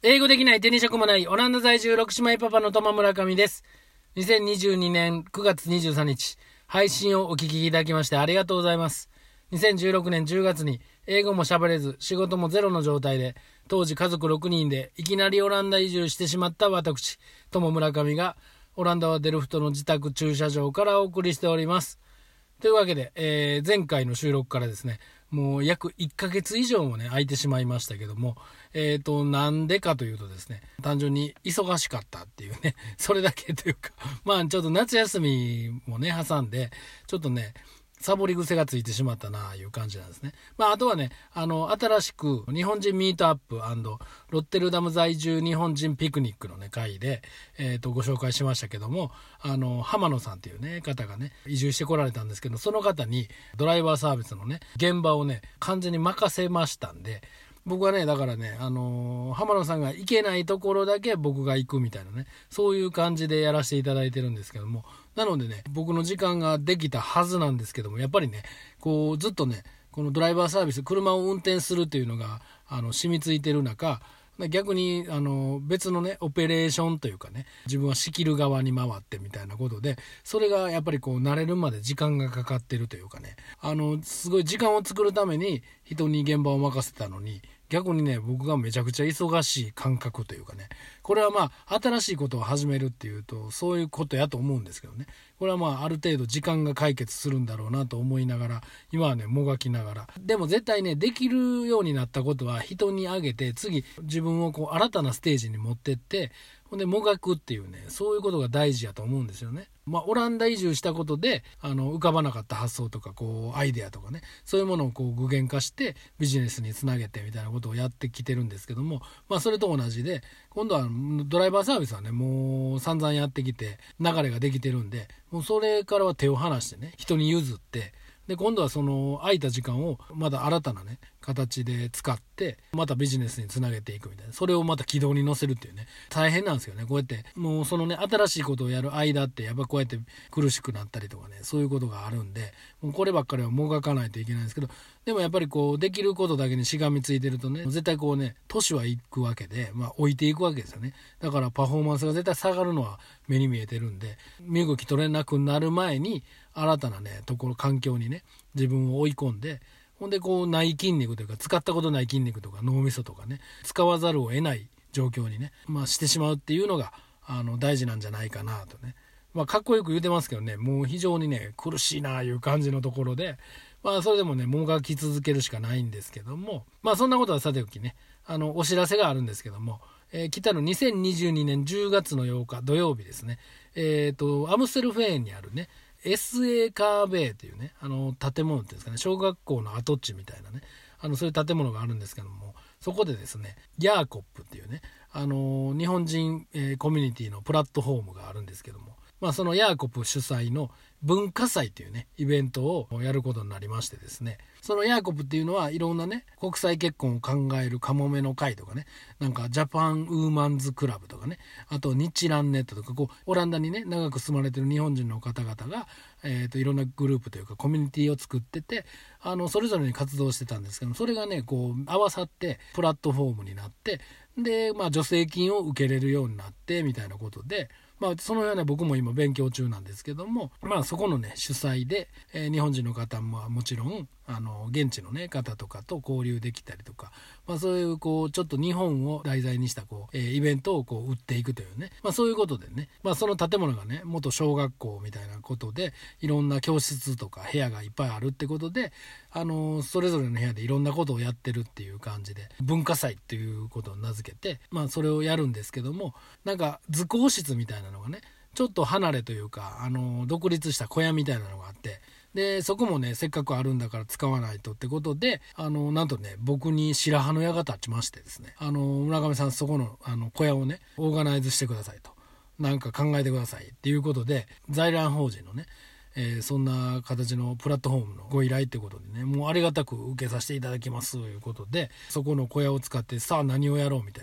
英語できない手に職もないオランダ在住6姉妹パパのトマ村上です。2022年9月23日配信をお聞きいただきましてありがとうございます。2016年10月に英語も喋れず仕事もゼロの状態で、当時家族6人でいきなりオランダ移住してしまった私トマ村上がオランダはデルフトの自宅駐車場からお送りしております。というわけで、前回の収録からですね、もう約1ヶ月以上もね空いてしまいましたけども、なんでかというとですね、単純に忙しかったっていうね、それだけというか、まあちょっと夏休みもね挟んで、ちょっとねサボり癖がついてしまったなあいう感じなんですね。まああとはね、新しく日本人ミートアップ&ロッテルダム在住日本人ピクニックのね会で、ご紹介しましたけども、浜野さんっていうね方がね移住してこられたんですけど、その方にドライバーサービスのね現場をね完全に任せましたんで、僕はねだからね、浜野さんが行けないところだけ僕が行くみたいなね、そういう感じでやらせていただいてるんですけども、なのでね僕の時間ができたはずなんですけども、やっぱりねこうずっとねこのドライバーサービス、車を運転するっていうのが染みついてる中、逆に別のねオペレーションというかね、自分は仕切る側に回ってみたいなことで、それがやっぱりこう慣れるまで時間がかかってるというかね、すごい時間を作るために人に現場を任せたのに、逆にね僕がめちゃくちゃ忙しい感覚というかね、これはまあ新しいことを始めるっていうとそういうことやと思うんですけどね、これはまあある程度時間が解決するんだろうなと思いながら、今はねもがきながら、でも絶対ねできるようになったことは人にあげて、次自分をこう新たなステージに持ってって、ほんでもがくっていうね、そういうことが大事やと思うんですよね。まあオランダ移住したことで浮かばなかった発想とかこうアイデアとかね、そういうものをこう具現化してビジネスにつなげてみたいなことをやってきてるんですけども、まあそれと同じで、今度はドライバーサービスはねもう散々やってきて流れができてるんで、もうそれからは手を離してね人に譲って、で今度はその空いた時間をまだ新たなね形で使ってまたビジネスにつなげていくみたいな、それをまた軌道に乗せるっていうね、大変なんですよね。こうやってもうそのね新しいことをやる間ってやっぱこうやって苦しくなったりとかね、そういうことがあるんで、もうこればっかりはもがかないといけないんですけど、でもやっぱりこうできることだけにしがみついてるとね、絶対こうね年はいくわけで、まあ置いていくわけですよね。だからパフォーマンスが絶対下がるのは目に見えてるんで、身動き取れなくなる前に新たなねところ、環境にね自分を追い込んで、ほんでこうない筋肉というか使ったことない筋肉とか脳みそとかね使わざるを得ない状況にね、まあ、してしまうっていうのが大事なんじゃないかなとね、まあかっこよく言うてますけどね、もう非常にね苦しいなあいう感じのところで、まあそれでもねもがき続けるしかないんですけども、まあそんなことはさておきね、お知らせがあるんですけども、来たる2022年10月の8日土曜日ですね、アムステルフェーンにあるねSA カーベイというね建物っていうんですかね、小学校の跡地みたいなねそういう建物があるんですけども、そこでですねヤーコップっていうね日本人、コミュニティのプラットフォームがあるんですけども、まあ、そのヤーコップ主催の文化祭というねイベントをやることになりましてですね、そのヤーコップっていうのはいろんなね国際結婚を考えるカモメの会とかね、なんかジャパンウーマンズクラブとかね、あと日蘭ネットとか、こうオランダにね長く住まれてる日本人の方々が、いろんなグループというかコミュニティを作ってて、それぞれに活動してたんですけど、それがねこう合わさってプラットフォームになって、でまあ助成金を受けれるようになってみたいなことで、まあ、そのような僕も今勉強中なんですけども、まあ、そこのね主催で、日本人の方ももちろん現地の、ね、方とかと交流できたりとか、まあ、そういうこうちょっと日本を題材にしたこう、イベントをこう売っていくというね、まあ、そういうことでね、まあ、その建物がね元小学校みたいなことでいろんな教室とか部屋がいっぱいあるってことで、それぞれの部屋でいろんなことをやってるっていう感じで文化祭っていうことを名付けて、まあ、それをやるんですけども、なんか図工室みたいなのがねちょっと離れというか独立した小屋みたいなのがあって、でそこもねせっかくあるんだから使わないとってことでなんとね僕に白羽の矢が立ちましてですね、村上さんそこの小屋をねオーガナイズしてくださいと、なんか考えてくださいっていうことで、在蘭法人のねそんな形のプラットフォームのご依頼ということでね、もうありがたく受けさせていただきますということで、そこの小屋を使ってさあ何をやろうみたいな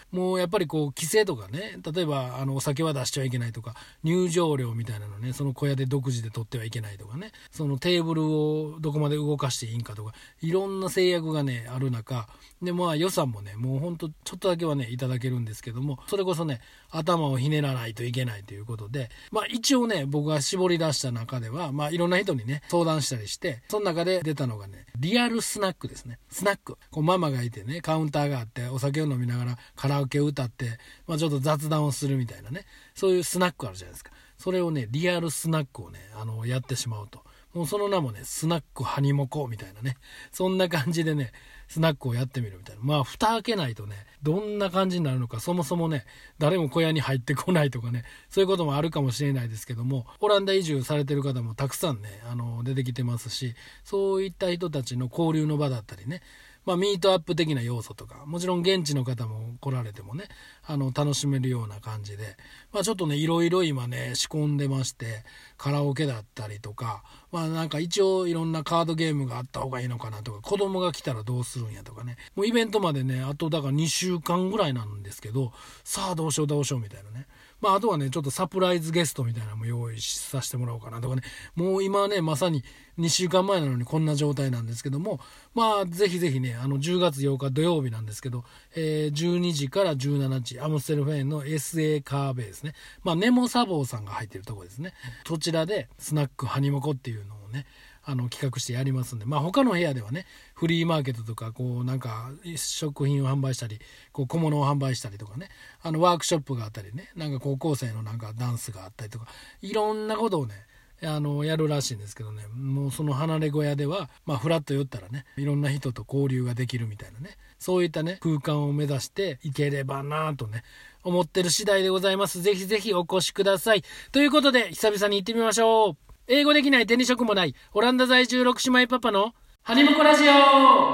もうやっぱりこう規制とかね、例えばお酒は出しちゃいけないとか、入場料みたいなのね、その小屋で独自で取ってはいけないとかね、そのテーブルをどこまで動かしていいんかとか、いろんな制約がねある中で、予算もねもうほんとちょっとだけはねいただけるんですけども、それこそね頭をひねらないといけないということで、一応ね僕が絞り出した中では、いろんな人にね相談したりして、その中で出たのがね、リアルスナックですね。スナック、こうママがいてね、カウンターがあってお酒を飲みながらカラオケを歌って、ちょっと雑談をするみたいなね、そういうスナックあるじゃないですか。それをね、リアルスナックをねやってしまうと、もうその名もね、スナックハニモコみたいなね、そんな感じでねスナックをやってみるみたいな。蓋開けないとねどんな感じになるのか、そもそもね誰も小屋に入ってこないとかね、そういうこともあるかもしれないですけども、オランダ移住されてる方もたくさんね出てきてますし、そういった人たちの交流の場だったりね、ミートアップ的な要素とか、もちろん現地の方も来られてもね楽しめるような感じで、ちょっとねいろいろ今ね仕込んでまして、カラオケだったりとか、なんか一応いろんなカードゲームがあった方がいいのかなとか、子供が来たらどうするんやとかね、もうイベントまでねあとだから2週間ぐらいなんですけど、さあどうしようみたいなね、あとはねちょっとサプライズゲストみたいなのも用意させてもらおうかなとかね、もう今ねまさに2週間前なのにこんな状態なんですけども、ぜひぜひね10月8日土曜日なんですけど、12時から17時アムステルフェーンの SA カーベイですね、ネモサボーさんが入ってるとこですね。そちらでスナックハニモコっていうのをね企画してやりますんで、他の部屋ではねフリーマーケットとか、こうなんか食品を販売したり、こう小物を販売したりとかね、ワークショップがあったりね、なんか高校生のなんかダンスがあったりとか、いろんなことをねやるらしいんですけどね、もうその離れ小屋ではフラッと寄ったらねいろんな人と交流ができるみたいなね、そういったね空間を目指していければなとね思ってる次第でございます。ぜひぜひお越しください。ということで久々に行ってみましょう。英語できない手に職もないオランダ在住6姉妹パパのハニモコラジオ。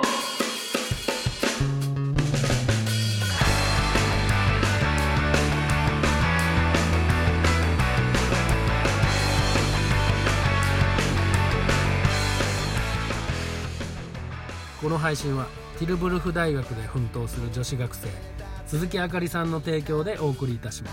この配信はティルブルフ大学で奮闘する女子学生鈴木あかりさんの提供でお送りいたします。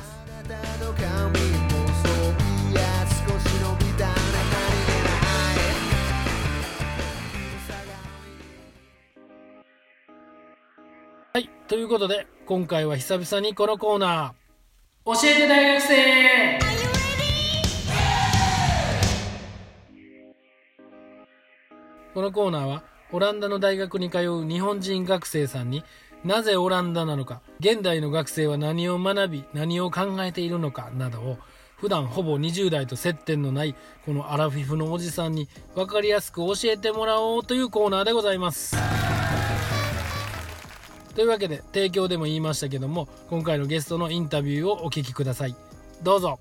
はい、ということで今回は久々にこのコーナー、教えて大学生。このコーナーはオランダの大学に通う日本人学生さんに、なぜオランダなのか、現代の学生は何を学び何を考えているのかなどを、普段ほぼ20代と接点のないこのアラフィフのおじさんに分かりやすく教えてもらおうというコーナーでございます。というわけで提供でも言いましたけども、今回のゲストのインタビューをお聞きください。どうぞ。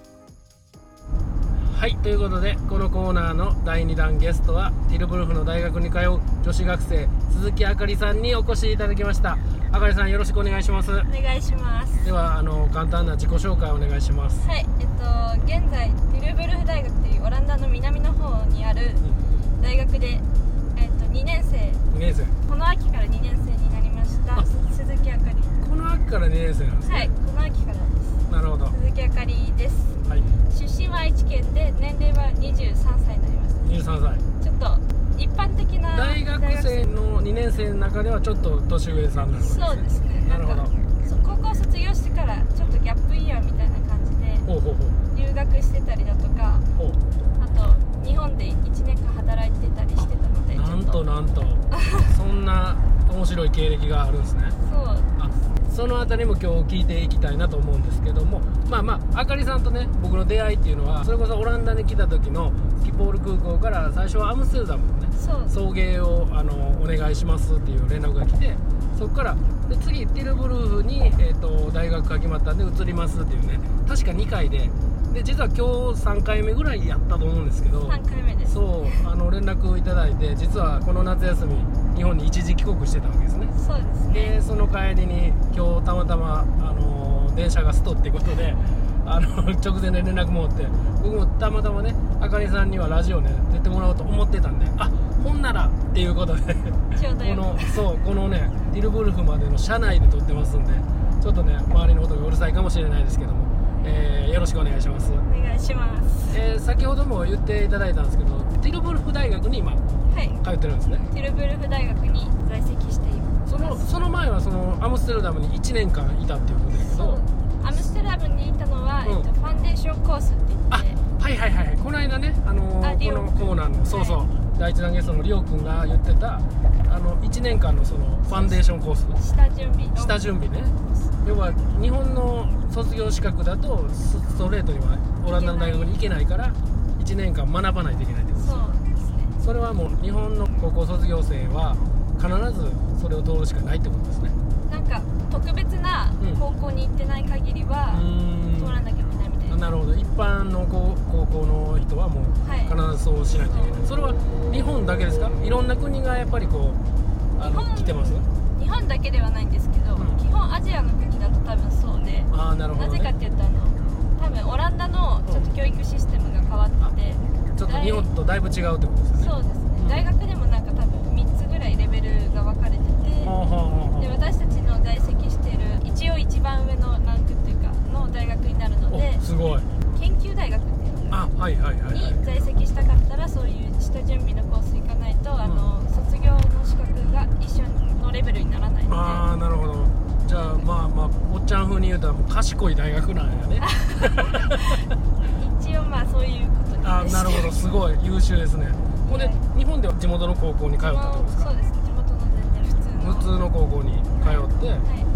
はい、ということでこのコーナーの第2弾ゲストはティルブルフの大学に通う女子学生鈴木あかりさんにお越しいただきました。あかりさんよろしくお願いします。 お願いします。 では簡単な自己紹介をお願いします。 はい、現在ティルブルフ大学というオランダの南の方にある大学で、2年生この秋から2年生になりました鈴木あかり。 この秋から2年生なんですね。 はい、この秋からです。 なるほど。 鈴木あかりです。はい、出身は愛知県で年齢は23歳になります。 23歳。 ちょっと一般的な大学生の2年生の中ではちょっと年上さんなんですね。 そうですね。 なるほど。 高校卒業してからちょっとギャップイヤーみたいな感じで留学してたりだとか、あと日本で1年間働いてたりしてたので、 なんとそんな面白い経歴があるんですね。そのあたりも今日聞いていきたいなと思うんですけども、あかりさんとね僕の出会いっていうのは、それこそオランダに来た時のスキポール空港から最初はアムステルダムのね送迎をお願いしますっていう連絡が来て、そこからで次ティルブルフに、大学が決まったんで移りますっていうね、確か2回で実は今日3回目ぐらいやったと思うんですけど、 3回目です。 そう連絡いただいて、実はこの夏休み日本に一時帰国してたわけですね。 そうですね。 でその帰りに今日たまたま電車がストっていうことで直前で連絡もらって、僕もたまたまねあかりさんにはラジオね出てもらおうと思ってたんで、ほんならっていうことでこのねティルブルフまでの車内で撮ってますんで、 ちょっとね周りの音がうるさいかもしれないですけども、よろしくお願いします。 お願いします。 先ほども言っていただいたんですけど、ティルブルフ大学に今、通ってるんですね。 ティルブルフ大学に在籍しています。 その前はそのアムステルダムに1年間いたっていうことですけど、 アムステルダムにいたのは、ファンデーションコースって言って、 はいこの間ね、このコーナーのそう、第一弾ゲストのリオくんが言ってた1年間のそのファンデーションコース、下準備ね。要は日本の卒業資格だとストレートにはオランダの大学に行けないから1年間学ばないといけないってことです。 そうですね。 それはもう日本の高校卒業生は必ずそれを通るしかないってことですね。 なんか特別な高校に行ってない限りは通らなきゃいけないみたいな。 なるほど。一般の高校の人はもう必ずそうしないといけない。それは日本だけですか？いろんな国がやっぱりこう来てます？ 日本だけではないんですけど、基本アジアの国だと多分そうで、 なるほどね。 なぜかっていうと多分オランダのちょっと教育システムが変わってて、 ちょっと日本とだいぶ違うってことですよね。 そうですね。大学でもなんか多分3つぐらいレベルが分かれてて、で私たちの在籍している一応一番上のランクっていうかの大学になるので、 すごい。 研究大学っていうのに在籍したかったらそういう下準備のコース行かないと、卒業の資格が一緒のレベルにならないので。 なるほど。じゃあまあおっちゃん風に言うともう賢い大学なんやね。 一応そういうことになるほど。すごい優秀ですね。ここで日本では地元の高校に通ったってことですか？ そうです。地元の全然普通の高校に通って、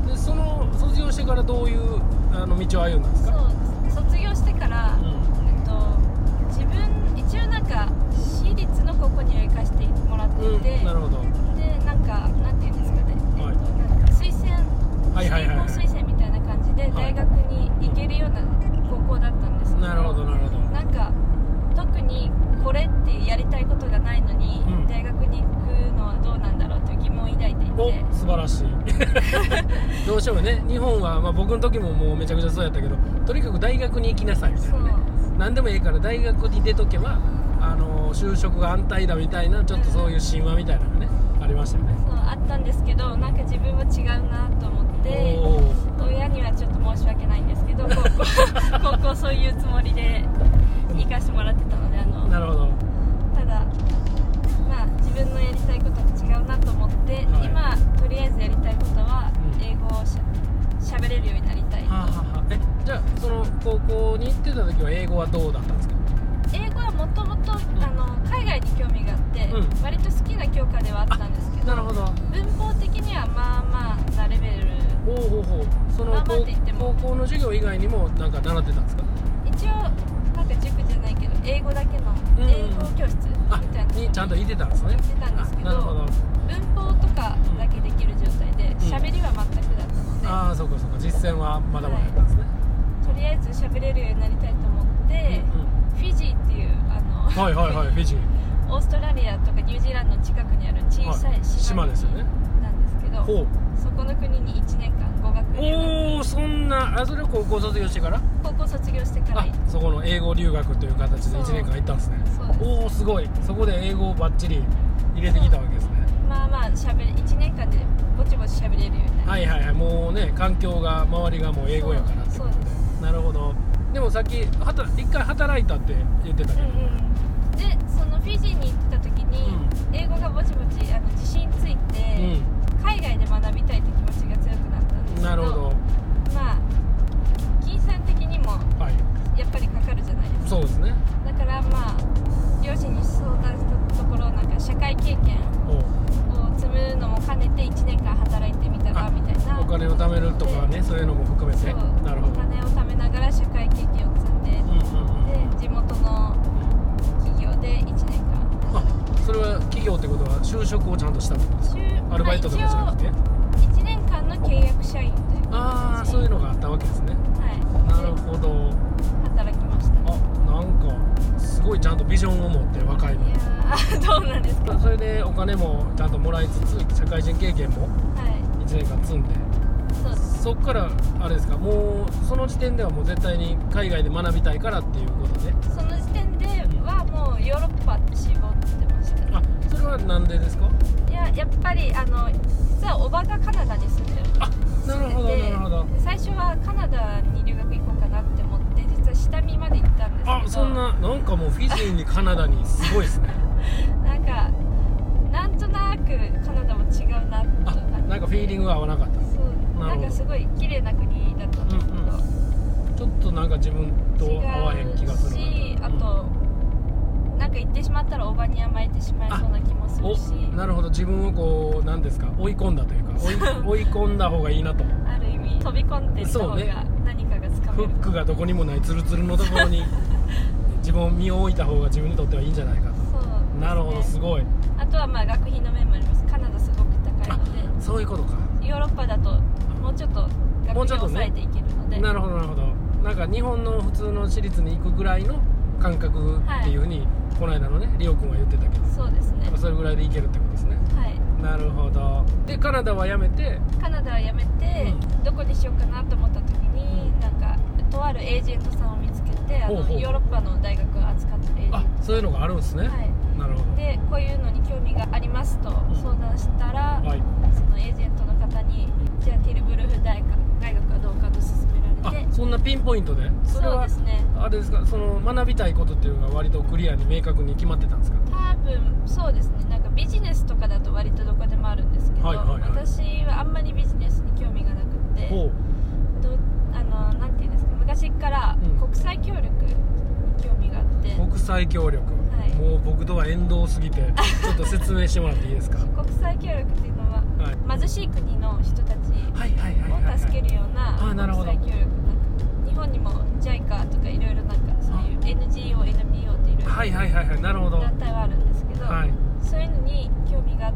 でその卒業してからどういう道を歩んだんですか？ そうです。卒業してから、自分一応なんか私立の高校には行かせてもらっていて、 なるほど。 でなんていうんですかね、なんか推薦推薦みたいな感じで大学に行けるような高校だったんですけど、 なるほどなんか特にこれってやりたいことがないのに、大学に行くのはどうなんだろうという疑問を抱いていて。 素晴らしい。どうしてもね、日本は、僕の時ももうめちゃくちゃそうやったけど、とにかく大学に行きなさいみたいなね。何でもいいから大学に出とけば就職が安泰だみたいな、ちょっとそういう神話みたいなのがね、ありましたよね。 そうあったんですけど、なんか自分は違うなと思って、親にはちょっと申し訳ないんですけど、高校そういうつもりで行かせてもらってたので、 なるほど。 ただ自分のやりたいことと違うなと思って、今とりあえずやりたいことは英語をしゃべれるようになりたい。 じゃあその高校に行ってた時は英語はどうだったんですか？ 英語はもともと海外に興味があって、割と好きな教科ではあったんですけど、 なるほど。 文法的にはなレベル。 その高校の授業以外にもなんか習ってたんですか？ 一応なんか塾じゃないけど英語だけの英語教室みたいなにちゃんと行ってたんですね。 行ってたんですけど、文法とかだけできる状態で喋りは全くだったので、 そうか実践はまだまだだったんですね。 とりあえず喋れるようになりたいと思って、フィジーっていうフィジー、 オーストラリアとかニュージーランドの近くにある小さい島ですよね。 なんですけど、そこの国に1年間語学留学。 そんなそれを高校卒業してから？ 高校卒業してからそこの英語留学という形で1年間行ったんですね。すごい。そこで英語をバッチリ入れてきたわけですね。 1年間でぼちぼち喋れるようになる。 もうね、環境が周りがもう英語やからってことで。なるほど。でもさっき一回働いたって言ってたけど、 でそのフィジーに行ってた時に、英語がぼちぼち自信ついて、海外で学びたいって気持ちが強くなったんですけど、 なるほど。 金銭的にもやっぱりかかるじゃないですか。 そうですね。 だから両親に相談したところ、なんか社会経験を積むのも兼ねて1年間働いてみたらみたいな。 お金を貯めるとかね、そういうのも含めて。なるほど。 お金を貯めながら社会経験を積んで、で地元の企業で1年間。 それは企業ってことは就職をちゃんとしたってことですか？アルバイトとかじゃなくて 1年間の契約社員というか、 そういうのがあったわけですね。なるほど。 働きました。 なんかすごいちゃんとビジョンを持ってる若いの。 どうなんですか？ それでお金もちゃんともらいつつ、社会人経験も1年間積んで、そっからあれですか、もうその時点ではもう絶対に海外で学びたいからっていうことで。 その時点ではもうヨーロッパって絞ってましたね。 それはなんでですか？ やっぱり実はおばがカナダに住んでる。 住んでて、最初はカナダに留学行こうかなって思って実は下見まで行ったんですけど、 あ、そんな、なんかもうフィジーにカナダにすごいですねなんとなくカナダも違うなとなんかフィーリングが合わなかった。 そう、なんかすごい綺麗な国だったんですけど、 ちょっとなんか自分と合わへん気がするし、あとなんか行ってしまったらおばに甘えてしまいそうな気もするし、 なるほど、自分をこう、なんですか、追い込んだというか追い込んだ方がいいなとある意味飛び込んでいった方が何かがつかめる、 フックがどこにもないツルツルのところに自分を身を置いた方が自分にとってはいいんじゃないかと。 そうですね、 なるほど、すごい。 あとはまあ学費の面もあります。カナダすごく高いので、 そういうことか。 ヨーロッパだともうちょっと学費を抑えていけるので、 なるほどなるほど。なんか日本の普通の私立に行くぐらいの感覚っていうふうに、この間のねリオ君は言ってたけど、 そうですね、 それぐらいで行けるってことですね。 はい、 なるほど。でカナダは辞めて、どこにしようかなと思った時に、なんかとあるエージェントさんを見つけて、ヨーロッパの大学を扱ってるエージェント、 そういうのがあるんですね。 はい、 なるほど。 でこういうのに興味がありますと相談したら、そのエージェントの方に、じゃあティルブルフ大学はどうかと勧められて、 そんなピンポイントで、それはそうですね、 あれですか、その学びたいことっていうのが割とクリアに明確に決まってたんですか？ 多分そうですね。なんかビジネスとかだと割とどこでもあるんですけど、私はあんまりビジネスに興味がなくて、なんていうんですか、昔から国際協力に興味があって、 国際協力、もう僕とは縁遠すぎてちょっと説明してもらっていいですか？ 国際協力っていうのは、貧しい国の人たちを助けるような国際協力、日本にも JICA とかいろいろなんかそういう NGO、NPO っていろいろなるほど団体はあるんですけど、そういうのに興味があって、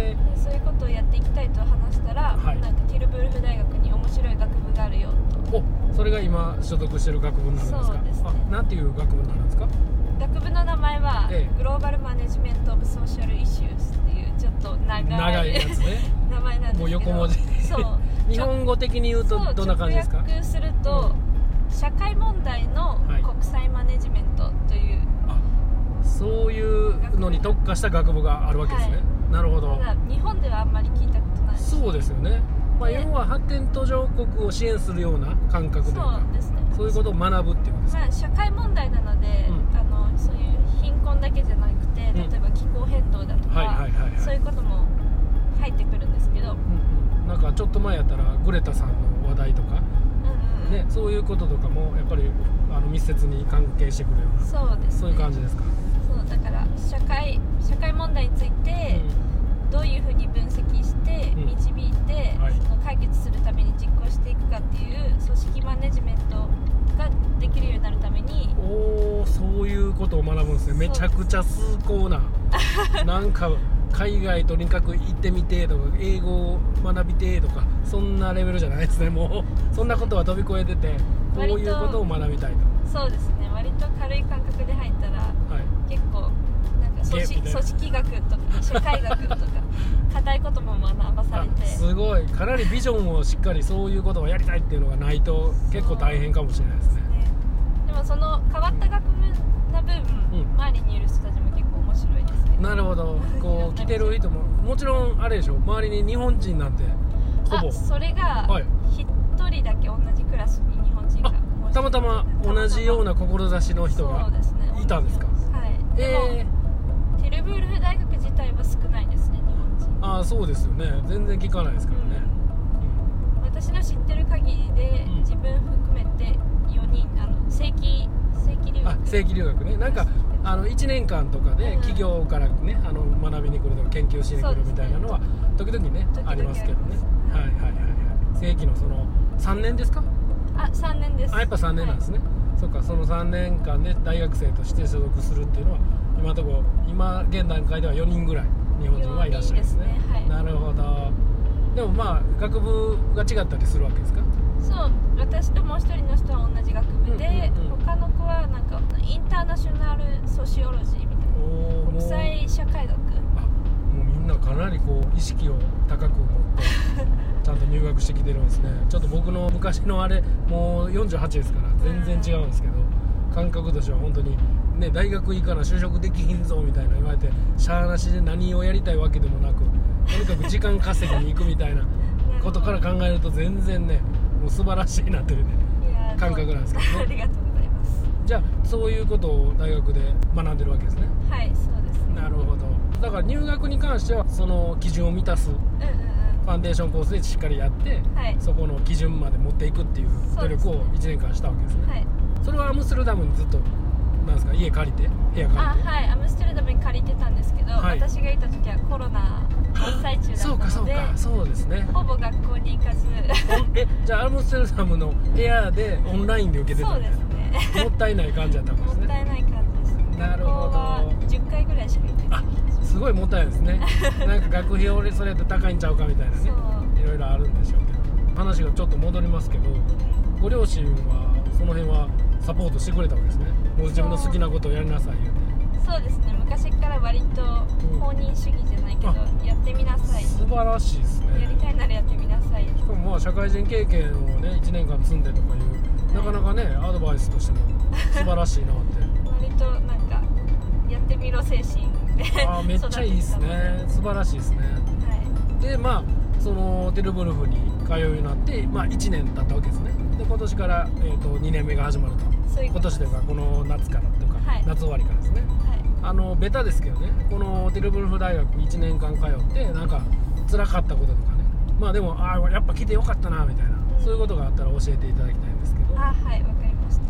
そういうことをやっていきたいと話したら、なんかティルブルフ大学に面白い学部があるよと。 それが今所属してる学部になるんですか？ そうですね。 なんていう学部になるんですか？ 学部の名前は、グローバルマネジメントオブソーシャルイシューズっていうちょっと長いやつね名前なんですけど、 もう横文字そう日本語的に言うとどんな感じですか？ 直訳すると、社会問題の国際マネジメントという、 そういうのに特化した学部があるわけですね。なるほど。 ただ日本ではあんまり聞いたことない。 そうですよね。要は発展途上国を支援するような感覚というか、 そうですね、 そういうことを学ぶっていうことですか？ 社会問題なので、そういう貧困だけじゃなくて、例えば気候変動だとか、そういうことも入ってくるんですけど、 なんかちょっと前やったらグレタさんの話題とか、そういうこととかもやっぱり密接に関係してくるような、 そうですね、 そういう感じですか？ そうだから社会問題について、どういうふうに分析して導いて、その解決するために実行していくかっていう組織マネジメントができるようになるために、 そういうことを学ぶんですね。めちゃくちゃ崇高ななんか海外とにかく行ってみてとか、英語を学びてとか、そんなレベルじゃないですね。もうそんなことは飛び越えてて、こういうことを学びたいと。 そうですね、割と軽い感覚で入ったら、結構なんか組織学とか社会学とか硬いことも学ばされて、 すごい、かなりビジョンをしっかりそういうことをやりたいっていうのがないと結構大変かもしれないですね。 でもその変わった学部な分、周りにいる人たちも結構面白いですね。 なるほど。こう来てる人ももちろんあれでしょ、周りに日本人なんてほぼ、 それが1人だけ同じクラスに日本人がたまたま同じような志の人がいたんですか？ でもティルブルフ大学自体は少ないですね、日本人。 そうですよね。全然聞かないですからね。 私の知ってる限りで、自分含めて4人正規留学。 正規留学ね。なんか1年間とかで企業からね、学びに来るとか研究しに来るみたいなのは時々ねありますけどね。正規のその3年ですか ？3年です。 やっぱ3年なんですね。そっか、その3年間で大学生として所属するっていうのは今現段階では4人ぐらい日本人はいらっしゃるんですね。なるほど。でも学部が違ったりするわけですか？ そう、私ともう一人の人は同じ学部で、他の子はなんかインターナショナルソシオロジーみたいな、国際社会学。 もうみんなかなりこう意識を高く持ってちゃんと入学してきてるんですね。ちょっと僕の昔のあれもう48ですから全然違うんですけど、感覚としては本当にね、大学行かな就職できひんぞみたいな言われて、しゃーなしで何をやりたいわけでもなく、とにかく時間稼ぎに行くみたいなことから考えると全然ねもう素晴らしいなというね感覚なんですけどね。 ありがとうございます。 じゃあそういうことを大学で学んでるわけですね。 はい、そうですね。 なるほど。だから入学に関してはその基準を満たすファンデーションコースでしっかりやって、はい、そこの基準まで持っていくっていう努力を1年間したわけですね。はい、それはアムステルダムにずっとなんですか、家借りて部屋借りて。 はい、アムステルダムに借りてたんですけど、はい、私がいた時はコロナ真っ最中だったので、 そうですね、 ほぼ学校に行かずじゃあアムステルダムの部屋でオンラインで受けてた。 そうですねもったいない感じだったんですね。 もったいない感じです。 なるほど。 ここは10回ぐらいしか行ってない。 すごいもったいないですねなんか学費俺それやって高いんちゃうかみたいなね、いろいろあるんでしょうけど、話がちょっと戻りますけど、ご両親はその辺はサポートしてくれたわけですね。もう自分の好きなことをやりなさいよ。 そうですね、昔から割と放任主義じゃないけど、やってみなさい、 素晴らしいですね。 やりたいならやってみなさい。しかもまあ社会人経験をね1年間積んでとかいう、なかなかねアドバイスとしても素晴らしいなって割となんかやってみろ精神でめっちゃいいですね。素晴らしいですね。はい、でまあそのテルブルフに通うようになって、まあ、1年経ったわけですね。で今年から、2年目が始まると。今年というかこの夏からというか、はい、夏終わりからですね。はい、ベタですけどね、このテルブルフ大学1年間通ってなんか辛かったこととかね、まあでもやっぱ来てよかったなみたいな、そういうことがあったら教えていただきたいんですけど。 はい、わかりました。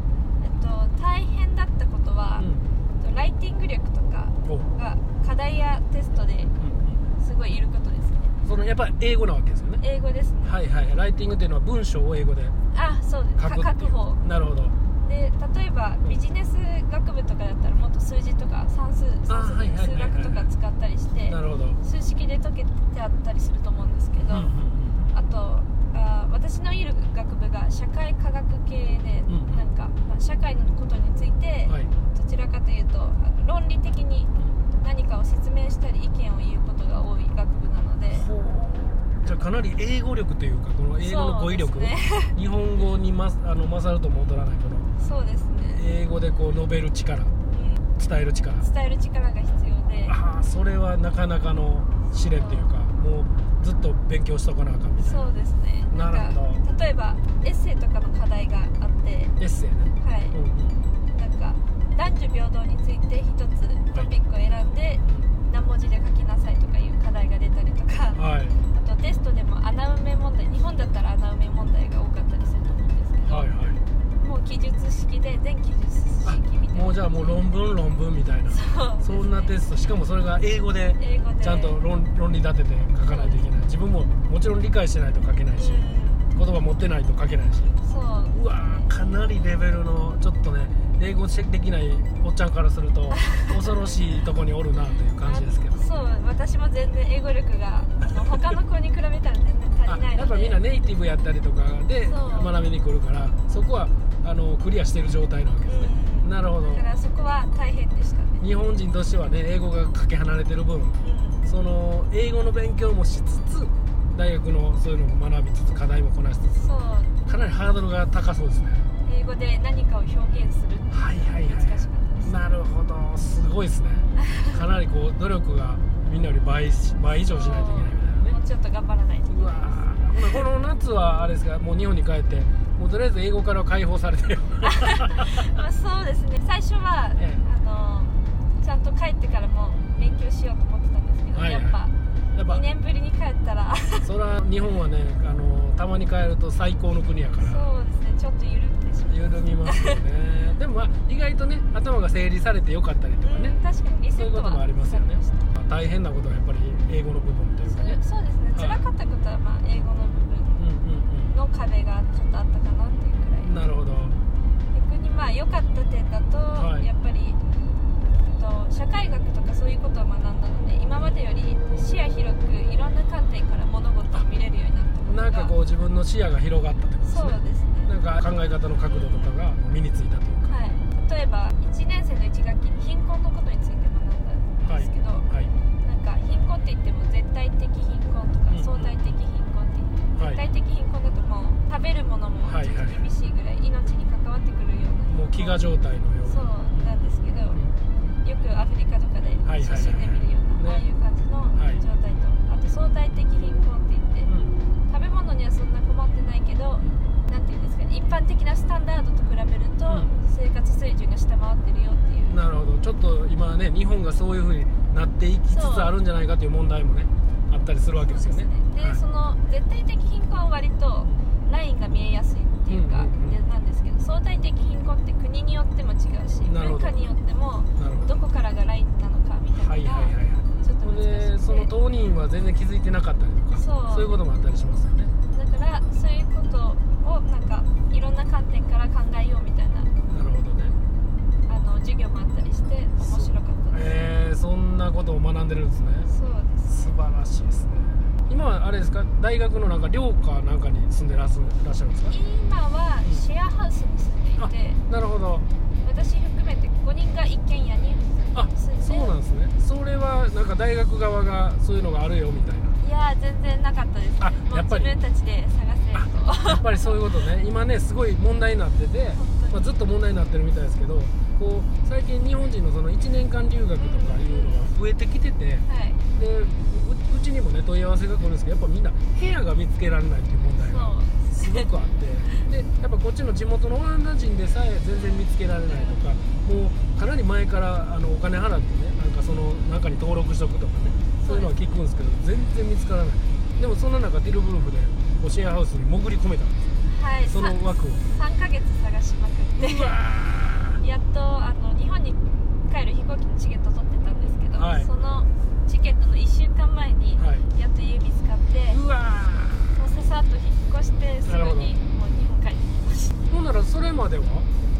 大変だったことは、ライティング力とかが課題やテストですごいいることですね。 そのやっぱり英語なわけですよね。 英語ですね。 はいはい。ライティングっていうのは文章を英語でそうです。書く方。 なるほど。 で例えばビジネス学部とかだったらもっと数字とか算数数学とか使ったりして、なるほど、数式で解けてあったりすると思うんですけど、あと私のいる学部が社会科学系で、なんか、社会のことについて、どちらかというと論理的に何かを説明したり意見を言うことが多い学部なので、 じゃあかなり英語力というかこの英語の語彙力、ね、日本語に勝るとも劣らないこのそうですね、 英語でこう述べる力、伝える力が必要で、 それはなかなかの試練っていうか、もうずっと勉強しとかなあかんみたいな。 そうですね。 なるほど。例えばエッセイとかの課題があって、 エッセイね、はい、 なんか男女平等について一つトピックを選んで、何文字で書きなさいとかいう課題が出たりとか、あとテストでも穴埋め問題、日本だったら穴埋め問題が多かったりすると思うんですけど、もう記述式で全記述式みたいな、 もうじゃあもう論文みたいな、そんなテスト、しかもそれが英語でちゃんと論理立てて書かないといけない。自分ももちろん理解してないと書けないし、言葉持ってないと書けないし、うわかなりレベルのちょっとね英語できないおっちゃんからすると恐ろしいとこにおるなという感じですけどそう、私も全然英語力が他の子に比べたら全然足りないのでやっぱみんなネイティブやったりとかで学びに来るから、そこはクリアしてる状態なわけですね。なるほど。 だからそこは大変でしたね。 日本人としてはね英語がかけ離れてる分、その英語の勉強もしつつ大学のそういうのも学びつつ課題もこなしつつ、かなりハードルが高そうですね。 英語で何かを表現するっていうのが難しかったです。 なるほど、すごいですね。かなりこう努力がみんなより倍以上しないといけないみたいなね。 もうちょっと頑張らないといけないです。 この夏はあれですか、もう日本に帰ってもうとりあえず英語から解放されてるそうですね。最初は、ちゃんと帰ってからも勉強しようと思ってたんですけど、やっぱ2年ぶりに帰ったらそれは日本はねたまに帰ると最高の国やから、 そうですね、ちょっと緩みますよねでも意外とね頭が整理されてよかったりとかね、 確かにリセットはそういうこともありますよね。大変なことはやっぱり英語の部分というかね。 そうですね、辛かったことは英語の部分の壁がちょっとあったかなっていうくらい。 なるほど。 逆に良かった点だと、やっぱり社会学とかそういうことを学んだので、今までより視野広くいろんな観点から物事を見れるようになったことが、 なんかこう自分の視野が広がったってことですね。 そうですね。 なんか考え方の角度とかが身についたというか、 例えば1年生の1学期に貧困のことについて学んだんですけど、なんか貧困って言っても絶対的貧困とか相対的貧困って言って、絶対的貧困だともう食べるものもちょっと厳しいぐらい命に関わってくるような、 もう飢餓状態のような、 そうなんですけど、よくアフリカとかで写真で見るような、ああいう感じの状態と、あと相対的貧困って言って、食べ物物にはそんな困ってないけど、なんていうんですかね、一般的なスタンダードと比べると、生活水準が下回ってるよっていう。 なるほど。ちょっと今ね、日本がそういう風になっていきつつあるんじゃないかという問題もねあったりするわけですよね。 で、その絶対的貧困は割とラインが見えやすいっていうか、なんですけど、相対的貧困って国によっても違うし、文化によってもどこからがラインなのかみたいなのがちょっと難しいで、 その当人は全然気づいてなかったりとか、そういうこともあったりしますよね。 だからそういうことをなんかいろんな観点から考えようみたいな、 なるほどね、 授業もあったりして面白かったです。 そんなことを学んでるんですね。 そうです。 素晴らしいですね。今はあれですか、大学のなんか寮かなんかに住んでらっしゃるんですか？ 今はシェアハウスに住んでいて、 なるほど。 私含めて5人が一軒家に住んで。 そうなんですね。それはなんか大学側がそういうのがあるよみたいな。 いや全然なかったです。もう自分たちで探せと。 やっぱりそういうことね。今ねすごい問題になってて、ずっと問題になってるみたいですけど、こう最近日本人のその1年間留学とかいうのが増えてきてて、でうちにもね問い合わせが来るんですけど、やっぱみんな部屋が見つけられないっていう問題がすごくあって、でやっぱこっちの地元のオランダ人でさえ全然見つけられないとか、もうかなり前からお金払ってね、なんかその中に登録しとくとかね、そういうのは聞くんですけど全然見つからない。でもそんな中ディルブルフでシェアハウスに潜り込めたんですよ。 はい、 その枠を 3ヶ月探しまくってやっと日本に帰る飛行機のチケット取ってたんですけど、そのチケットの1週間前にやっと家見つかって、もうささっと引っ越してすぐにもう日本帰ってきました。 ほんならそれまでは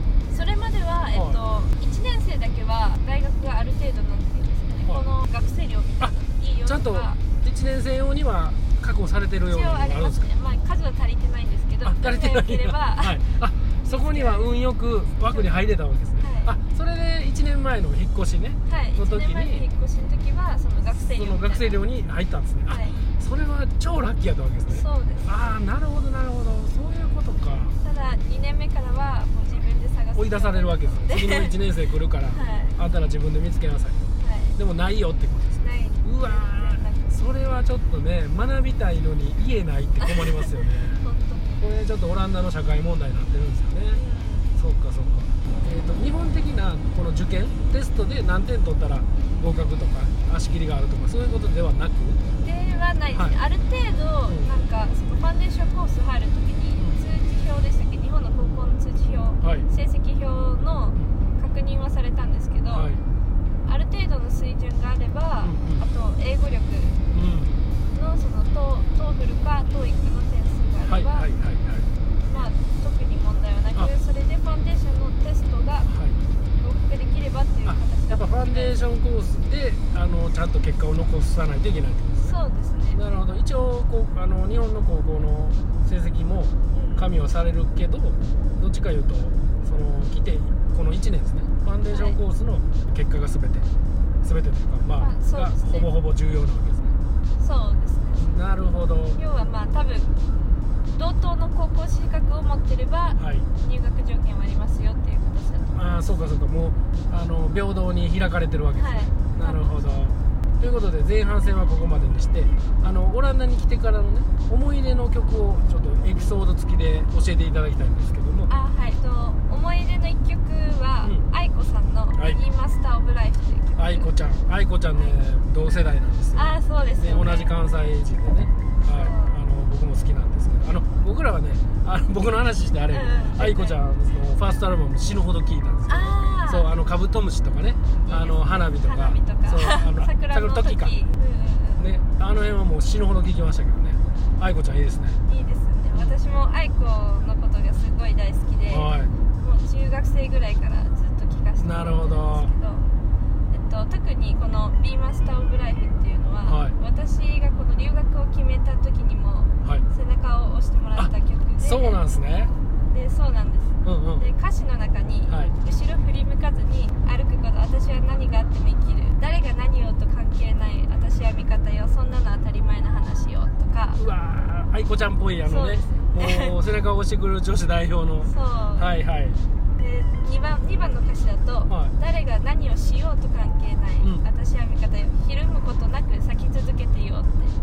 1年生だけは大学がある程度なんていうんですかね、この学生寮みたいなのいいよとか、 ちゃんと1年生用には確保されてるようなのがあるんですか？ 一応ありますね。数は足りてないんですけど、 足りてなければそこには運よく枠に入れたわけですね。それで1年前の引っ越しね、の時に 1年前の引っ越しの時はその学生寮に入ったんですね。それは超ラッキーやったわけですね。 そうです。 なるほどなるほど、そういうことか。 ただ2年目からはもう自分で探す、 追い出されるわけですね。次の1年生来るからあんたら自分で見つけなさいと。でもないよってことですね。うわー、それはちょっとね、学びたいのに家ないって困りますよね。 本当にこれちょっとオランダの社会問題になってるんですよね。そうかそうか。日本的なこの受験テストで何点取ったら合格とか足切りがあるとかそういうことではなくではないですね。ある程度なんかそのファンデーションコース入るときに通知表でしたっけ、日本の高校の通知表、成績表の確認はされたんですけど、ある程度の水準があれば、あと英語力のそのトーフルかトーイックの点数があれば、まあ特に問題はなく、それでファンデーションのテストが合格できればっていう形で、 やっぱファンデーションコースでちゃんと結果を残さないといけないってことですね。 そうですね。 なるほど。一応日本の高校の成績も加味はされるけど、どっちかいうとその来てこの1年ですね、ファンデーションコースの結果が全てというか、がほぼほぼ重要なわけですね。 そうですね。 なるほど。 要は多分同等の高校資格を持ってれば入学条件はありますよっていう形だと思います。 そうかそうか、もう平等に開かれてるわけですね。なるほど。ということで前半戦はここまでにして、オランダに来てからのね思い出の曲をちょっとエピソード付きで教えていただきたいんですけども。 思い出の一曲は、愛子さんの「ミニマスター・オブ・ライフ」という曲。愛子ちゃんね、同世代なんですよ。 そうですよね。 同じ関西人でね、僕も好きなんですけど、僕らはね、僕の話して愛子ちゃんのファーストアルバム死ぬほど聴いたんですけど、そうカブトムシとかね、花火とか、そう桜の時か、ね、辺はもう死ぬほど聴きましたけどね。愛子ちゃんいいですね。 いいですね。私も愛子のことがすごい大好きで、もう中学生ぐらいからずっと聴かせてもらってるんですけど、特にこの「Be Master of Life」っていうのは、私がこの留学を決めた時にも背中を押してもらった曲で、 そうなんですね。 そうなんです。で歌詞の中に、後ろ振り向かずに歩くこと、私は何があっても生きる、誰が何をと関係ない、私は味方よ、そんなの当たり前の話よとか、 うわー、愛子ちゃんっぽいね、もう背中を押してくる女子代表の。で2番の歌詞だと、誰が何をしようと関係ない、私は味方よ、ひるむことなく咲き続けてよって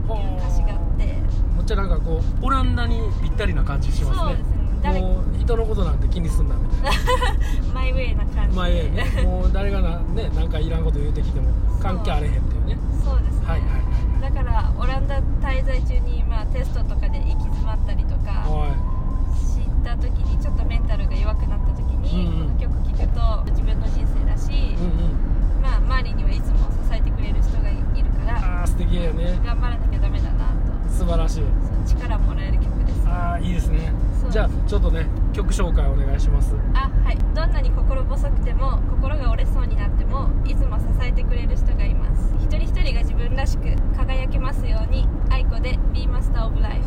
いう歌詞があって、 めっちゃなんかこうオランダにぴったりな感じしますね。 そうですね。 もう人のことなんて気にすんなみたいなマイウェイな感じで。 マイウェイね。もう誰がなんかいらんこと言うてきても関係あれへんっていうね。 そうですね。 はいはいはい。 だからオランダ滞在中にテストとかで行き詰まったりとかした時にちょっとメンタルが弱くなった時に、この曲聴くと自分の人生だし、周りにはいつも支えてくれる人がいるから、 素敵よね。 頑張らなきゃダメだなと。 素晴らしい。 力もらえる曲です。 いいですね。じゃあちょっとね曲紹介お願いします。 はい。どんなに心細くても心が折れそうになってもいつも支えてくれる人がいます。一人一人が自分らしく輝けますように。愛子で Be Master of Life。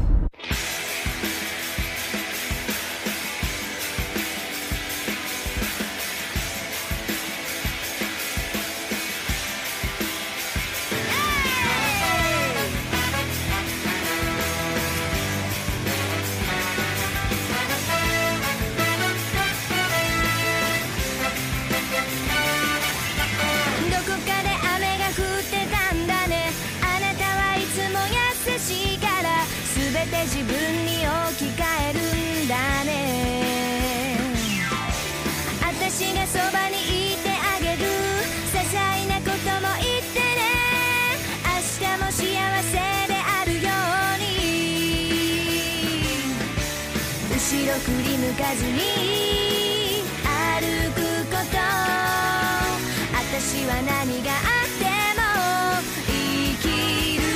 自分に置き換えるんだね。私がそばにいてあげる。些細なことも言ってね。明日も幸せであるように。後ろ振り向かずに歩くこと。私は何があっても生きる。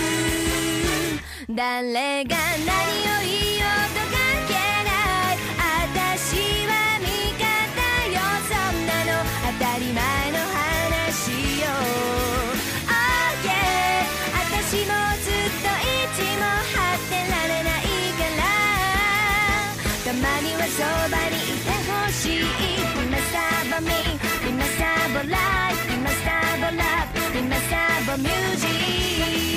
誰が何を言おうと関係ない。私は味方よ。そんなの当たり前の話よ。 OK。 私もずっといつも張ってられないから、たまにはそばにいてほしい。 Be Master of me, Be Master of life, Be Master of love, Be Master of music。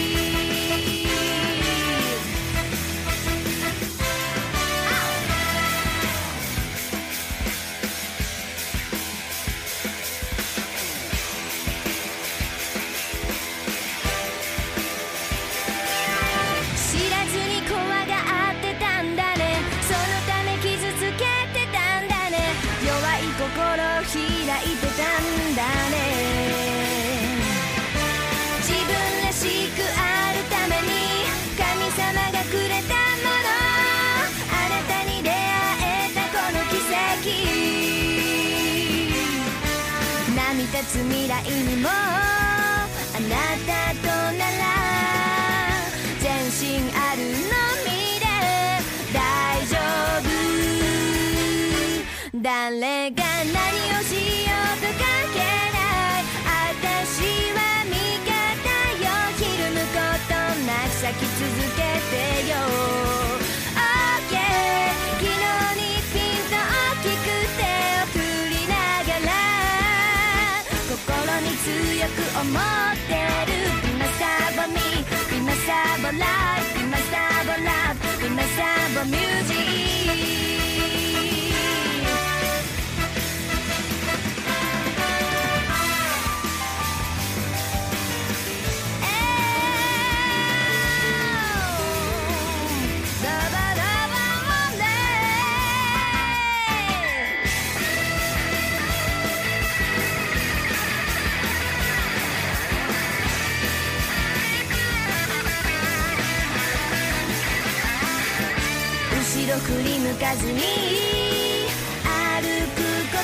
心を開いてたんだね。自分らしくあるために神様がくれたもの。あなたに出会えたこの奇跡。波立つ未来にもあなたとなら全身あるのみで大丈夫。誰が何をしようと関係ない。私は味方よ。ひるむことなく咲き続けてよ。 OK。 昨日にピンと大きく手を振りながら心に強く思ってる。 Be Master of me, Be Master of life, Be Master of love, Be Master of music。後ろ振り向かずに歩くこと。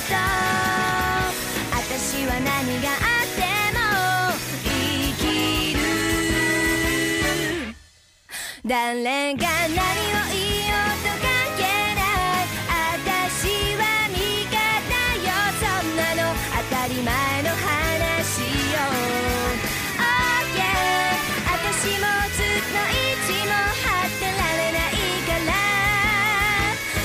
私は何があっても生きる。誰が何を言おうと関係ない。私は味方よ。そんなの当たり前の話よ。 OK。 私もずっといつも張ってられないから、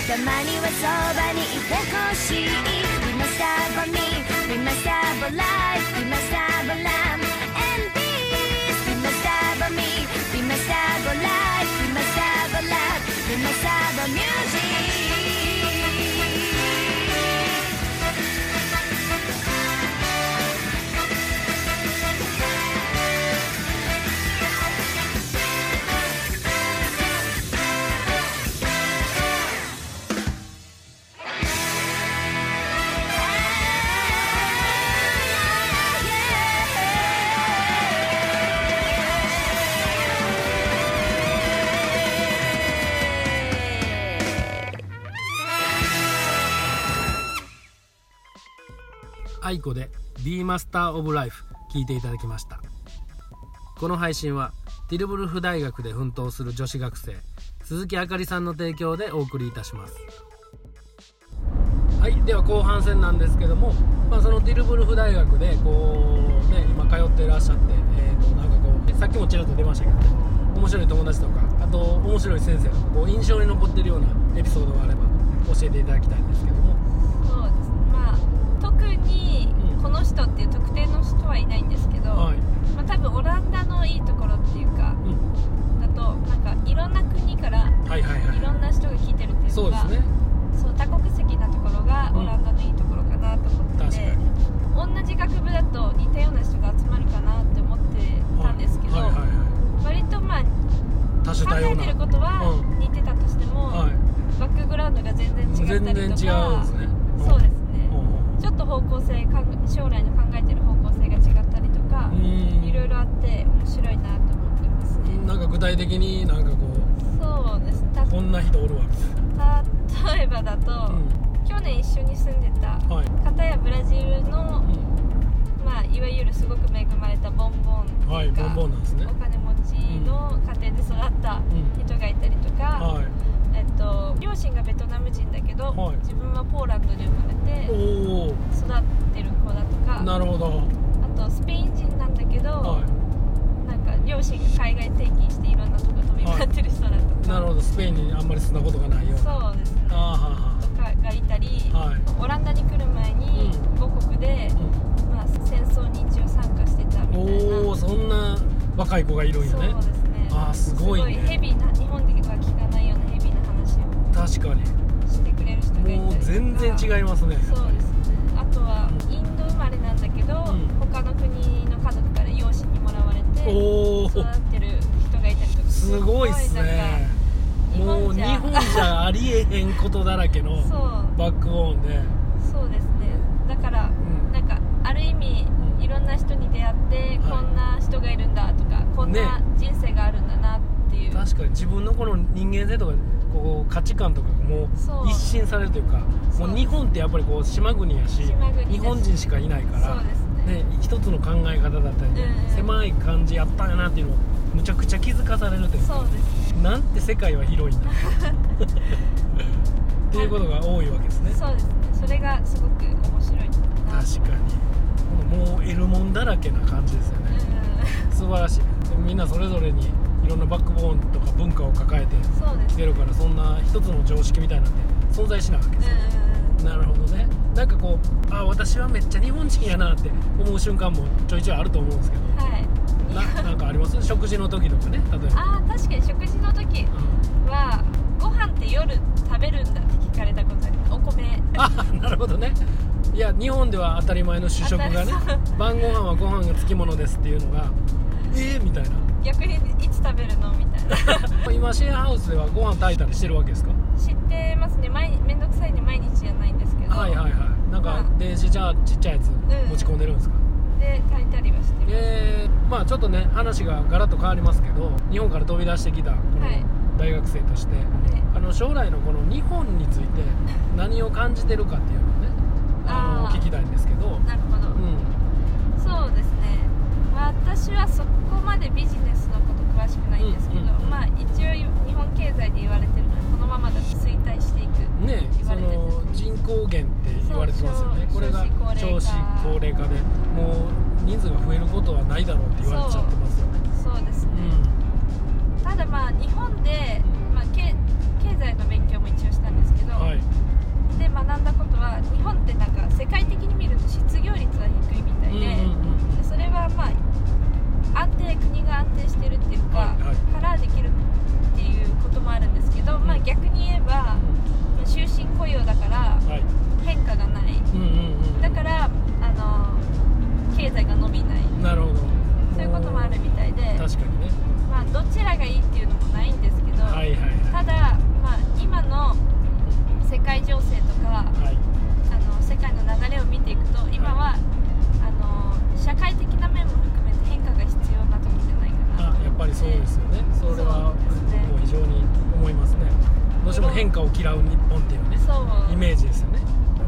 たまにはそばにいてほしい。 Be Master of me, Be Master of life, Be Master of love and peace, Be Master of me, Be Master of life, Be Master of love, Be Master of music。 愛子で Be Master of Life 聞いていただきました。この配信はティルブルフ大学で奮闘する女子学生鈴木あかりさんの提供でお送りいたします。はい、では後半戦なんですけども、そのティルブルフ大学で今通っていらっしゃって、なんかさっきもちらっと出ましたけどね、面白い友達とか、あと面白い先生とか印象に残っているようなエピソードがあれば教えていただきたいんですけども。 そうですね、特にこの人っていう特定の人はいないんですけど、多分オランダのいいところっていうか、だとなんかいろんな国からいろんな人が来てるっていうのが、 そうですね、 そう多国籍なところがオランダのいいところかなと思ってて、同じ学部だと似たような人が集まるかなって思ってたんですけど、割と考えてることは似てたとしても、バックグラウンドが全然違ったりとか、そうですね、ちょっと方向性、将来の考えてる方向性が違ったりとか、いろいろあって面白いなと思ってますね。 なんか具体的になんかそうです、 こんな人おるわみたいな。例えばだと、去年一緒に住んでた方やブラジルの、いわゆるすごく恵まれたボンボンっていうか、 ボンボンなんですね、 お金持ちの家庭で育った人がいたりとか、両親がベトナム人だけど、自分はポーランドで生まれて育ってる子だとか、 なるほど、 あとスペイン人なんだけど、なんか両親が海外転勤していろんなとこ飛び回ってる人だとか、 なるほど、スペインにあんまり住んだことがないような、 そうですね、とかがいたり、オランダに来る前に母国で、戦争に一応参加してたみたいな、 そんな若い子がいるんよね。 そうですね、 すごいね、 すごいヘビーな、日本では聞かないようなヘビーな話を確かにしてくれる人がいたりとか、 もう全然違いますね。 そうですね、あとはインド生まれなんだけど、他の国の家族から養子にもらわれて育ってる人がいたりとか、 すごいっすね。もう日本じゃありえへんことだらけのバックボーンで、 そうですね、だから、なんかある意味いろんな人に出会って、こんな人がいるんだとか、こんな人生があるんだなっていう、 確かに自分のこの人間性とか価値観とかがもう一新されるというか、もう日本ってやっぱり島国やし、日本人しかいないから、一つの考え方だったり、狭い感じやったんやなっていうのをむちゃくちゃ気づかされるというか、なんて世界は広いんだっていうことが多いわけですね。 そうですね、それがすごく面白いな。 確かにもう得るもんだらけな感じですよね。素晴らしい。みんなそれぞれにいろんなバックボーンとか文化を抱えてきてるから、そんな一つの常識みたいなんて存在しないわけですよ、なるほどね。なんか私はめっちゃ日本人やなって思う瞬間もちょいちょいあると思うんですけど、なんかあります？食事の時とかね、例えば。 確かに食事の時は、ご飯って夜食べるんだって聞かれたことあります。お米。 なるほどね。いや、日本では当たり前の主食がね、晩ご飯はご飯がつきものですっていうのがみたいな、 逆にいつ食べるのみたいな今シェアハウスではご飯炊いたりしてるわけですか？ 知ってますね。めんどくさいんで毎日じゃないんですけど、 なんか電子じゃあちっちゃいやつ持ち込んでるんですか？ で炊いたりはしてます。ちょっとね話がガラッと変わりますけど、日本から飛び出してきたこの大学生として、将来のこの日本について何を感じてるかっていうのをね、聞きたいんですけど。 なるほど、そうですね、私はそこまでビジネスのこと詳しくないんですけど、一応日本経済で言われてるのは、このままだと衰退していくって言われてる、 人口減って言われてますよね。これが少子高齢化で、もう人数が増えることはないだろうって言われちゃってますよね。 そうですね、ただ日本で、経済の勉強も一応したんですけど、で学んだことは、日本ってなんか世界的に見ると失業率は低いみたいで、それは国が安定してるっていうか、からできるっていうこともあるんですけど、逆に言えば、終身雇用だから変化がない、だから経済が伸びない、 なるほど、 そういうこともあるみたいで、 確かにね、 どちらがいいっていうのもないんですけど、ただ、今の世界情勢とか、世界の流れを見ていくと、今は、社会的な面も含めて変化が必要な時じゃないかなと。 やっぱりそうですよね。それは僕も非常に思いますね。どうしても変化を嫌う日本っていうね、イメージですよね。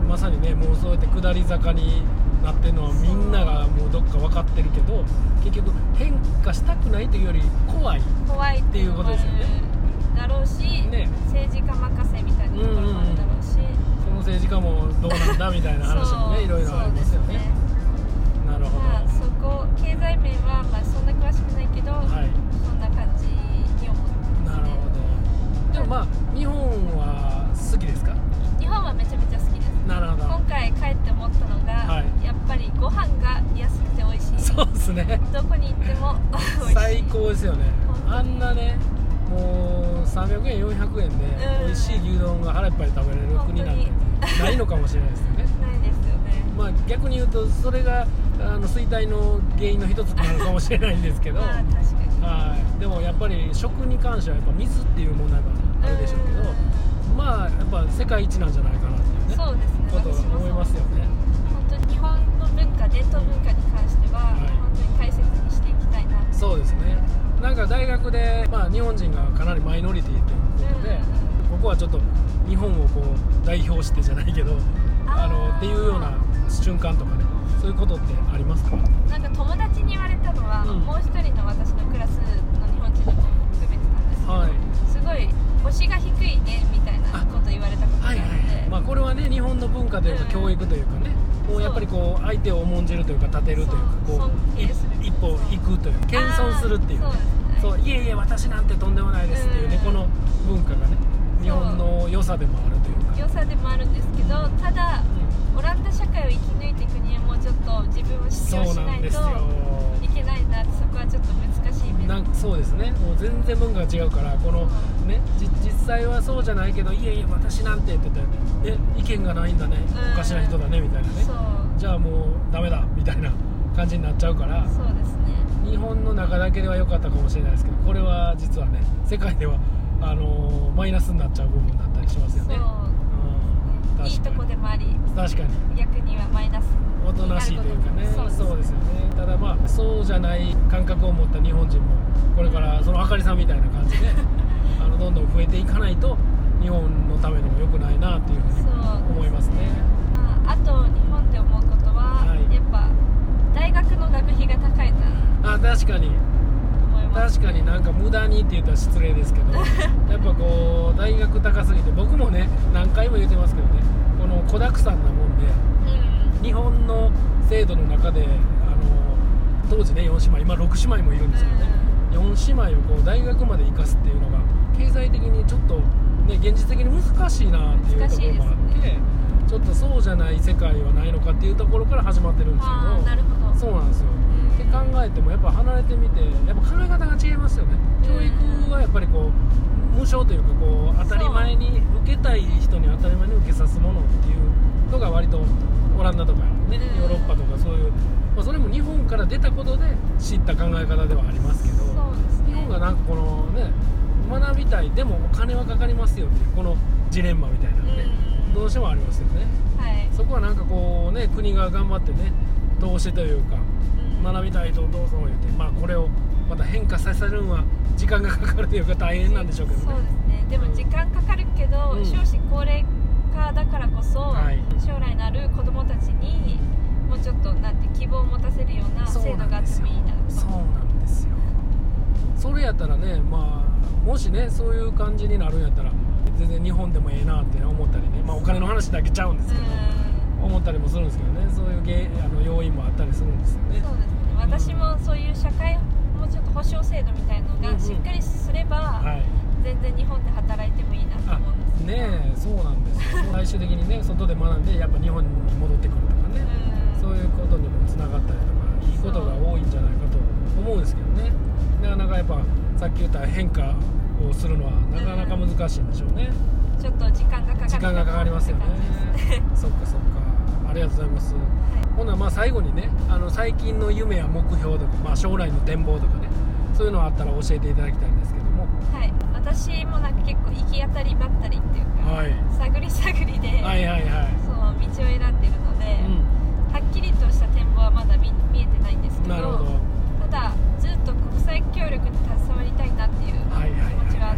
まさにねもうそうやって下り坂になってるのはみんながもうどっか分かってるけど、結局変化したくないというより怖いっていうことですよね。 だろうし、ね、政治家任せみたいなところもあるだろうし、 その政治家もどうなんだみたいな話もねいろいろありますよね。なるほど。 まあ、そこ経済面はまあそんな詳しくないけど、はい、そんな感じに思ってますね。なるほど。 でもまあ日本は好きですか？ 日本はめちゃめちゃ好きです。なるほど。今回帰って思ったのが、はい、やっぱりご飯が安くて美味しい。 そうですね。 どこに行っても美味しい。 最高ですよね。あんなねもう300円400円で美味しい牛丼が腹いっぱい食べれる国なんてないのかもしれないですよね。 ないですよね。 まあ逆に言うとそれが衰退の原因の一つなのかもしれないんですけど、 まあ確かに。 はい。でもやっぱり食に関してはやっぱ水っていう問題があるでしょうけど、まあやっぱ世界一なんじゃないかなっていうね。 そうですね。 ことを思いますよね。 本当に日本の文化、伝統文化に関しては、はい、本当に大切にしていきたいな。 そうですね。なんか大学で、まあ、日本人がかなりマイノリティということで、ここはちょっと日本をこう代表してじゃないけどっていうような瞬間とかね、そういうことってありますか？ なんか友達に言われたのは、もう一人の私のクラスの日本人の子も含めてたんですけど、はい、すごい腰が低いねみたいなこと言われたことがあって、 まあ、これはね日本の文化というか教育というかね、もうやっぱりこう相手を重んじるというか立てるというかこう一歩行くという謙遜するっていうね、そういえいえ私なんてとんでもないですっていうね、この文化がね日本の良さでもあるというか良さでもあるんですけど、ただ、オランダ社会を生き抜いていくにはもうちょっと自分を主張しないといけないなって、そこはちょっと難しい面そうですね。もう全然文化が違うからこのね実際はそうじゃないけどいえいえ私なんてって言って意見がないんだね、おかしな人だねみたいなね、じゃあもうダメだみたいな感じになっちゃうから、 そうですね、 日本の中だけでは良かったかもしれないですけど、これは実はね世界ではマイナスになっちゃう部分だったりしますよね。 いいとこでもあり、 確かに逆にはマイナスおとなしいというかね、そうですよね。ただまあそうじゃない感覚を持った日本人もこれからそのあかりさんみたいな感じでどんどん増えていかないと日本のためにも良くないなっていうふうに思いますね。 あと日本で思うことは、やっぱ大学の学費が高いな。 確かに確かになんか無駄にって言ったら失礼ですけどやっぱこう大学高すぎて、僕もね何回も言ってますけどね、この子だくさんなもんで、日本の制度の中で当時ね4姉妹、今6姉妹もいるんですけどね、4姉妹をこう大学まで行かすっていうのが経済的にちょっとね現実的に難しいなっていうところもあって、ちょっとそうじゃない世界はないのかっていうところから始まってるんですけど、 なるほど、 そうなんですよ。って考えてもやっぱ離れてみてやっぱ考え方が違いますよね。教育はやっぱりこう無償というかこう当たり前に受けたい人に当たり前に受けさすものっていうのが割とオランダとかね、ヨーロッパとかそういう、まあ、それも日本から出たことで知った考え方ではありますけど、日本がなんかこのね学びたいでもお金はかかりますよっていうこのジレンマみたいなのね、どうしてもありますよね。そこはなんかこうね国が頑張ってね投資というか学びたいとどうぞ言って、まあこれをまた変化させるのは時間がかかるというか大変なんでしょうけどね。 そうですね。でも時間かかるけど、少子高齢化だからこそ、将来のある子どもたちにもうちょっとなんて希望を持たせるような制度があってもいいなと。 そうなんですよ。それやったらね、まあもしねそういう感じになるんやったら全然日本でもええなって思ったりね、まあお金の話だけちゃうんですけど。思ったりもするんですけどね、そういう要因もあったりするんですよね。 そうですね。私もそういう社会もうちょっと保障制度みたいのがしっかりすれば、全然日本で働いてもいいなと思うんですけど。 ねえ、そうなんですよ。最終的にね外で学んでやっぱ日本に戻ってくるとかね、そういうことにもつながったりとかいいことが多いんじゃないかと思うんですけどね。なかなかやっぱさっき言った変化をするのはなかなか難しいんでしょうね。 ちょっと時間がかかりますよね。 そっかそっか、ありがとうございます。ほなまあ最後にね最近の夢や目標とか、まあ、将来の展望とかねそういうのあったら教えていただきたいんですけども。 はい、私もなんか結構行き当たりばったりっていうか、探り探りで、そう道を選んでるので、はっきりとした展望はまだ 見えてないんですけど、ただずっと国際協力に携わりたいなっていう気持ちはあって、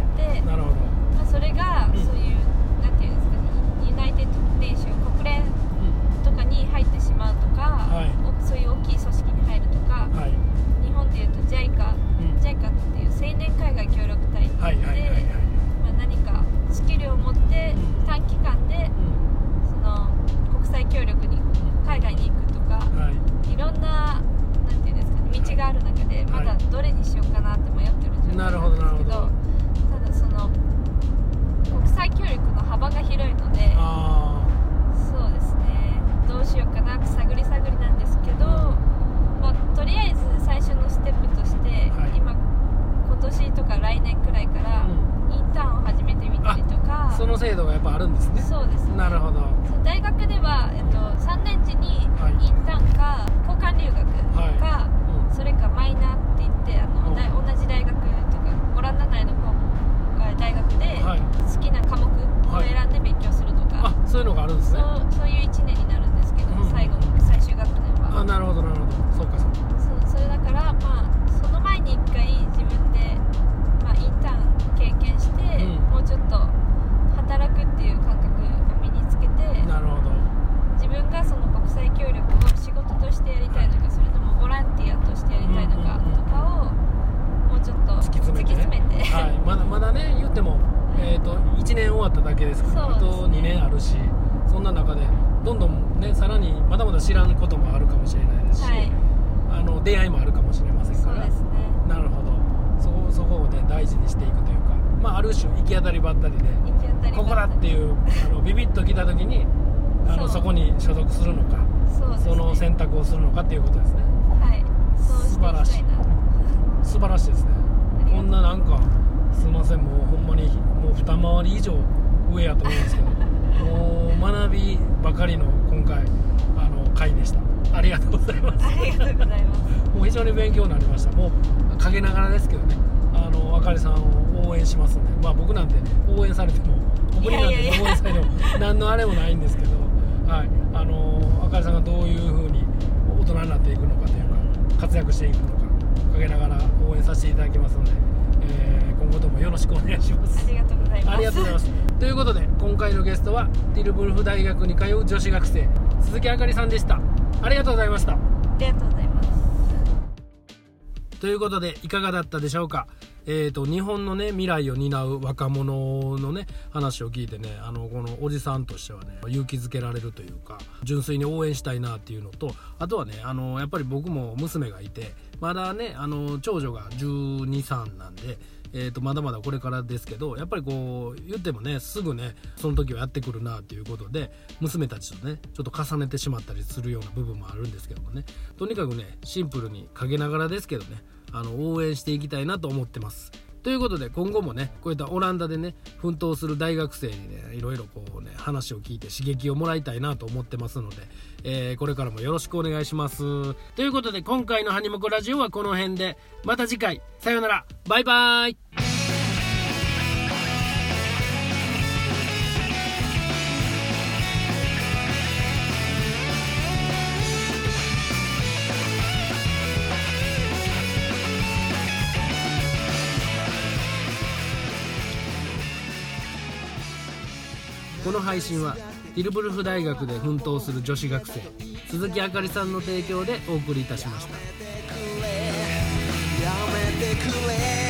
それがそういうなんていうんですかね、ユナイテッドネーション国連なるほど。 大学では、3年時にインターンか交換留学か、それかマイナーって言って同じ大学とかオランダ内の大学で好きな科目を選んで勉強するとか、 そういうのがあるんですね。 そういう1年になるんですけど、最終学年は。 なるほどなるほど。そうかそうか。 それだから、その前に1回自分で、インターン経験して、もうちょっと働くっていう感覚を身につけて、 なるほど。 自分がその国際協力を仕事としてやりたいのか、それともボランティアとしてやりたいのかとかをもうちょっと突き詰めて、 はい、まだね言っても、1年終わっただけですから、あと2年あるし、そんな中でどんどんねさらにまだまだ知らんこともあるかもしれないですし、出会いもあるかもしれませんから。 そうですね。なるほど。そこをね大事にしていくというか、ある種行き当たりばったりでここだっていうビビッと来た時にそこに所属するのか、その選択をするのかっていうことですね。 はい、そうしていきたいな。 素晴らしいですね。こんななんかすいません、もうほんまにもう二回り以上上やと思うんですけどもう学びばかりの今回回でした。ありがとうございます。 ありがとうございます。 もう非常に勉強になりました。もう陰ながらですけどね、あかりさんを応援しますんで、僕なんて応援されても僕になんて応援されても何のあれもないんですけど、はい、あかりさんがどういう風に大人になっていくのかというか活躍していくのか陰ながら応援させていただきますので、今後ともよろしくお願いします。 ありがとうございます。 ありがとうございます。ということで今回のゲストはティルブルフ大学に通う女子学生鈴木あかりさんでした。ありがとうございました。 ありがとうございます。 ということでいかがだったでしょうか。日本のね未来を担う若者のね話を聞いてね、このおじさんとしてはね勇気づけられるというか、純粋に応援したいなっていうのと、あとはねやっぱり僕も娘がいて、まだね長女が12、3なんで、まだまだこれからですけど、やっぱりこう言ってもねすぐねその時はやってくるなということで、娘たちとねちょっと重ねてしまったりするような部分もあるんですけどもね、とにかくねシンプルに陰ながらですけどね応援していきたいなと思ってます。ということで今後もねこういったオランダでね奮闘する大学生にねいろいろこうね話を聞いて刺激をもらいたいなと思ってますので、これからもよろしくお願いします。ということで今回のハニモコラジオはこの辺で、また次回さようなら、バイバイ。この配信はティルブルフ大学で奮闘する女子学生鈴木あかりさんの提供でお送りいたしました。やめてくれ